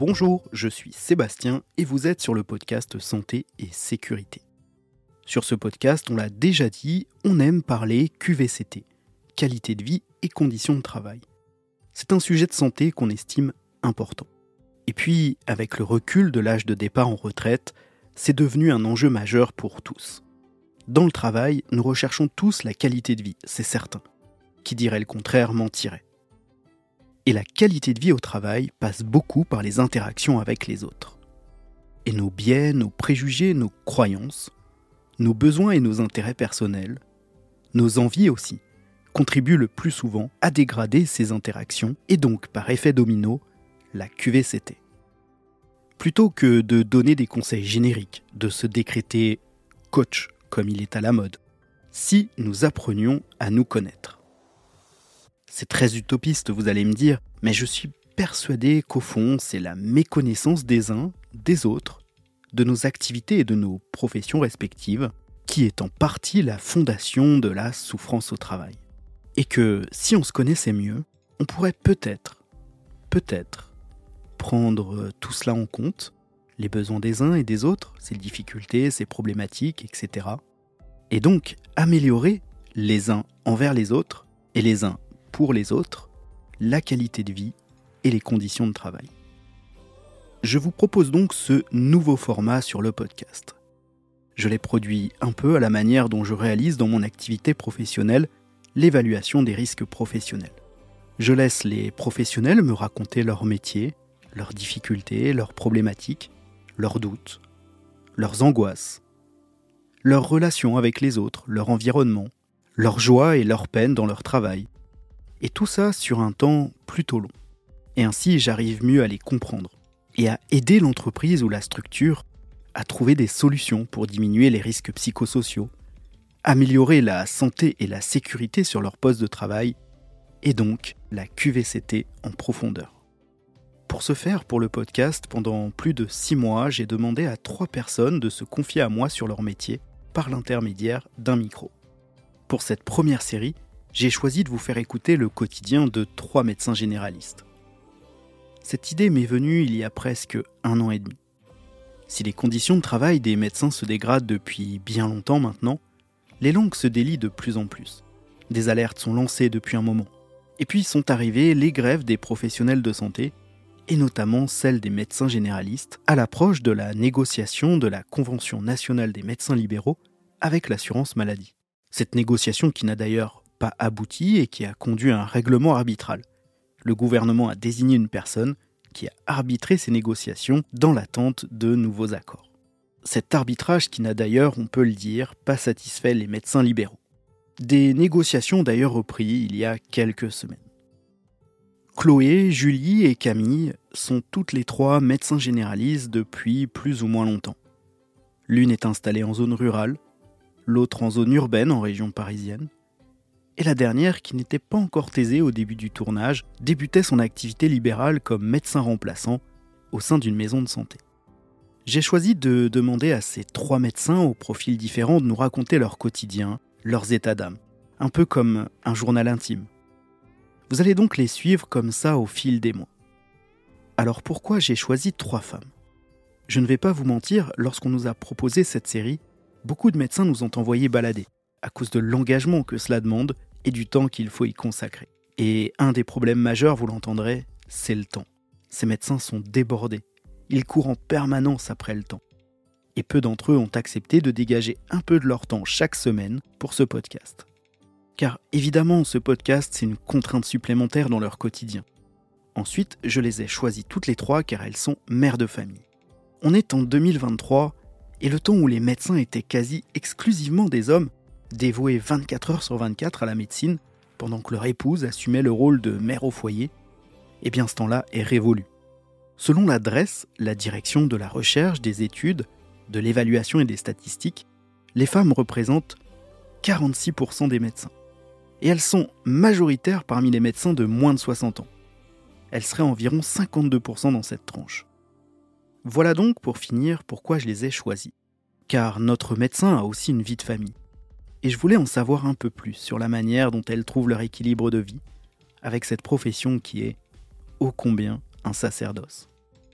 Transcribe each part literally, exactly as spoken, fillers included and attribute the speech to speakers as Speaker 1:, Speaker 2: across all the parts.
Speaker 1: Bonjour, je suis Sébastien et vous êtes sur le podcast Santé et Sécurité. Sur ce podcast, on l'a déjà dit, on aime parler Q V C T, qualité de vie et conditions de travail. C'est un sujet de santé qu'on estime important. Et puis, avec le recul de l'âge de départ en retraite, c'est devenu un enjeu majeur pour tous. Dans le travail, nous recherchons tous la qualité de vie, c'est certain. Qui dirait le contraire mentirait. Et la qualité de vie au travail passe beaucoup par les interactions avec les autres. Et nos biais, nos préjugés, nos croyances, nos besoins et nos intérêts personnels, nos envies aussi, contribuent le plus souvent à dégrader ces interactions et donc, par effet domino, la Q V C T. Plutôt que de donner des conseils génériques, de se décréter coach comme il est à la mode, si nous apprenions à nous connaître. C'est très utopiste, vous allez me dire, mais je suis persuadé qu'au fond, c'est la méconnaissance des uns, des autres, de nos activités et de nos professions respectives, qui est en partie la fondation de la souffrance au travail. Et que, si on se connaissait mieux, on pourrait peut-être, peut-être, prendre tout cela en compte, les besoins des uns et des autres, ses difficultés, ses problématiques, et cetera. Et donc, améliorer les uns envers les autres, et les uns pour les autres, la qualité de vie et les conditions de travail. Je vous propose donc ce nouveau format sur le podcast. Je l'ai produit un peu à la manière dont je réalise dans mon activité professionnelle l'évaluation des risques professionnels. Je laisse les professionnels me raconter leur métier, leurs difficultés, leurs problématiques, leurs doutes, leurs angoisses, leurs relations avec les autres, leur environnement, leurs joies et leurs peines dans leur travail. Et tout ça sur un temps plutôt long. Et ainsi, j'arrive mieux à les comprendre et à aider l'entreprise ou la structure à trouver des solutions pour diminuer les risques psychosociaux, améliorer la santé et la sécurité sur leur poste de travail, et donc la Q V C T en profondeur. Pour ce faire, pour le podcast, pendant plus de six mois, j'ai demandé à trois personnes de se confier à moi sur leur métier par l'intermédiaire d'un micro. Pour cette première série, j'ai choisi de vous faire écouter le quotidien de trois médecins généralistes. Cette idée m'est venue il y a presque un an et demi. Si les conditions de travail des médecins se dégradent depuis bien longtemps maintenant, les langues se délient de plus en plus. Des alertes sont lancées depuis un moment. Et puis sont arrivées les grèves des professionnels de santé, et notamment celles des médecins généralistes, à l'approche de la négociation de la Convention nationale des médecins libéraux avec l'assurance maladie. Cette négociation qui n'a d'ailleurs pas abouti et qui a conduit à un règlement arbitral. Le gouvernement a désigné une personne qui a arbitré ces négociations dans l'attente de nouveaux accords. Cet arbitrage qui n'a d'ailleurs, on peut le dire, pas satisfait les médecins libéraux. Des négociations ont d'ailleurs repris il y a quelques semaines. Chloé, Julie et Camille sont toutes les trois médecins généralistes depuis plus ou moins longtemps. L'une est installée en zone rurale, l'autre en zone urbaine en région parisienne, et la dernière, qui n'était pas encore thésée au début du tournage, débutait son activité libérale comme médecin remplaçant au sein d'une maison de santé. J'ai choisi de demander à ces trois médecins aux profils différents de nous raconter leur quotidien, leurs états d'âme, un peu comme un journal intime. Vous allez donc les suivre comme ça au fil des mois. Alors pourquoi j'ai choisi trois femmes ? Je ne vais pas vous mentir, lorsqu'on nous a proposé cette série, beaucoup de médecins nous ont envoyé balader, à cause de l'engagement que cela demande et du temps qu'il faut y consacrer. Et un des problèmes majeurs, vous l'entendrez, c'est le temps. Ces médecins sont débordés. Ils courent en permanence après le temps. Et peu d'entre eux ont accepté de dégager un peu de leur temps chaque semaine pour ce podcast. Car évidemment, ce podcast, c'est une contrainte supplémentaire dans leur quotidien. Ensuite, je les ai choisies toutes les trois car elles sont mères de famille. On est en deux mille vingt-trois et le temps où les médecins étaient quasi exclusivement des hommes, dévoués vingt-quatre heures sur vingt-quatre à la médecine, pendant que leur épouse assumait le rôle de mère au foyer, eh bien ce temps-là est révolu. Selon la D R E S, la direction de la recherche, des études, de l'évaluation et des statistiques, les femmes représentent quarante-six pour cent des médecins. Et elles sont majoritaires parmi les médecins de moins de soixante ans. Elles seraient environ cinquante-deux pour cent dans cette tranche. Voilà donc, pour finir, pourquoi je les ai choisies. Car notre médecin a aussi une vie de famille. Et je voulais en savoir un peu plus sur la manière dont elles trouvent leur équilibre de vie avec cette profession qui est ô combien un sacerdoce.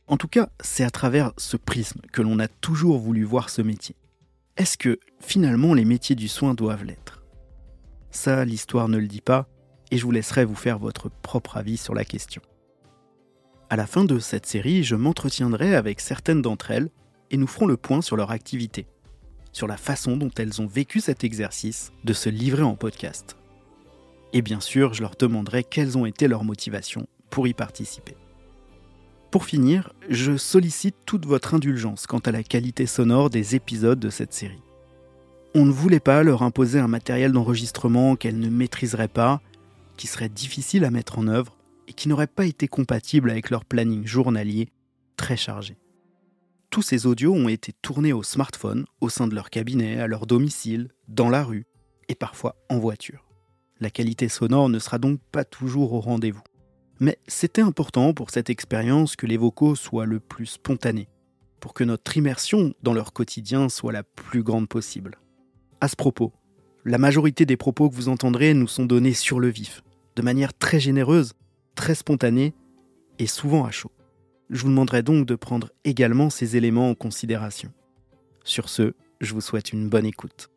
Speaker 1: En tout cas, c'est à travers ce prisme que l'on a toujours voulu voir ce métier. Est-ce que, finalement, les métiers du soin doivent l'être ? Ça, l'histoire ne le dit pas, et je vous laisserai vous faire votre propre avis sur la question. À la fin de cette série, je m'entretiendrai avec certaines d'entre elles, et nous ferons le point sur leur activité, sur la façon dont elles ont vécu cet exercice de se livrer en podcast. Et bien sûr, je leur demanderai quelles ont été leurs motivations pour y participer. Pour finir, je sollicite toute votre indulgence quant à la qualité sonore des épisodes de cette série. On ne voulait pas leur imposer un matériel d'enregistrement qu'elles ne maîtriseraient pas, qui serait difficile à mettre en œuvre et qui n'aurait pas été compatible avec leur planning journalier très chargé. Tous ces audios ont été tournés au smartphone, au sein de leur cabinet, à leur domicile, dans la rue et parfois en voiture. La qualité sonore ne sera donc pas toujours au rendez-vous. Mais c'était important pour cette expérience que les vocaux soient le plus spontanés, pour que notre immersion dans leur quotidien soit la plus grande possible. À ce propos, la majorité des propos que vous entendrez nous sont donnés sur le vif, de manière très généreuse, très spontanée et souvent à chaud. Je vous demanderai donc de prendre également ces éléments en considération. Sur ce, je vous souhaite une bonne écoute.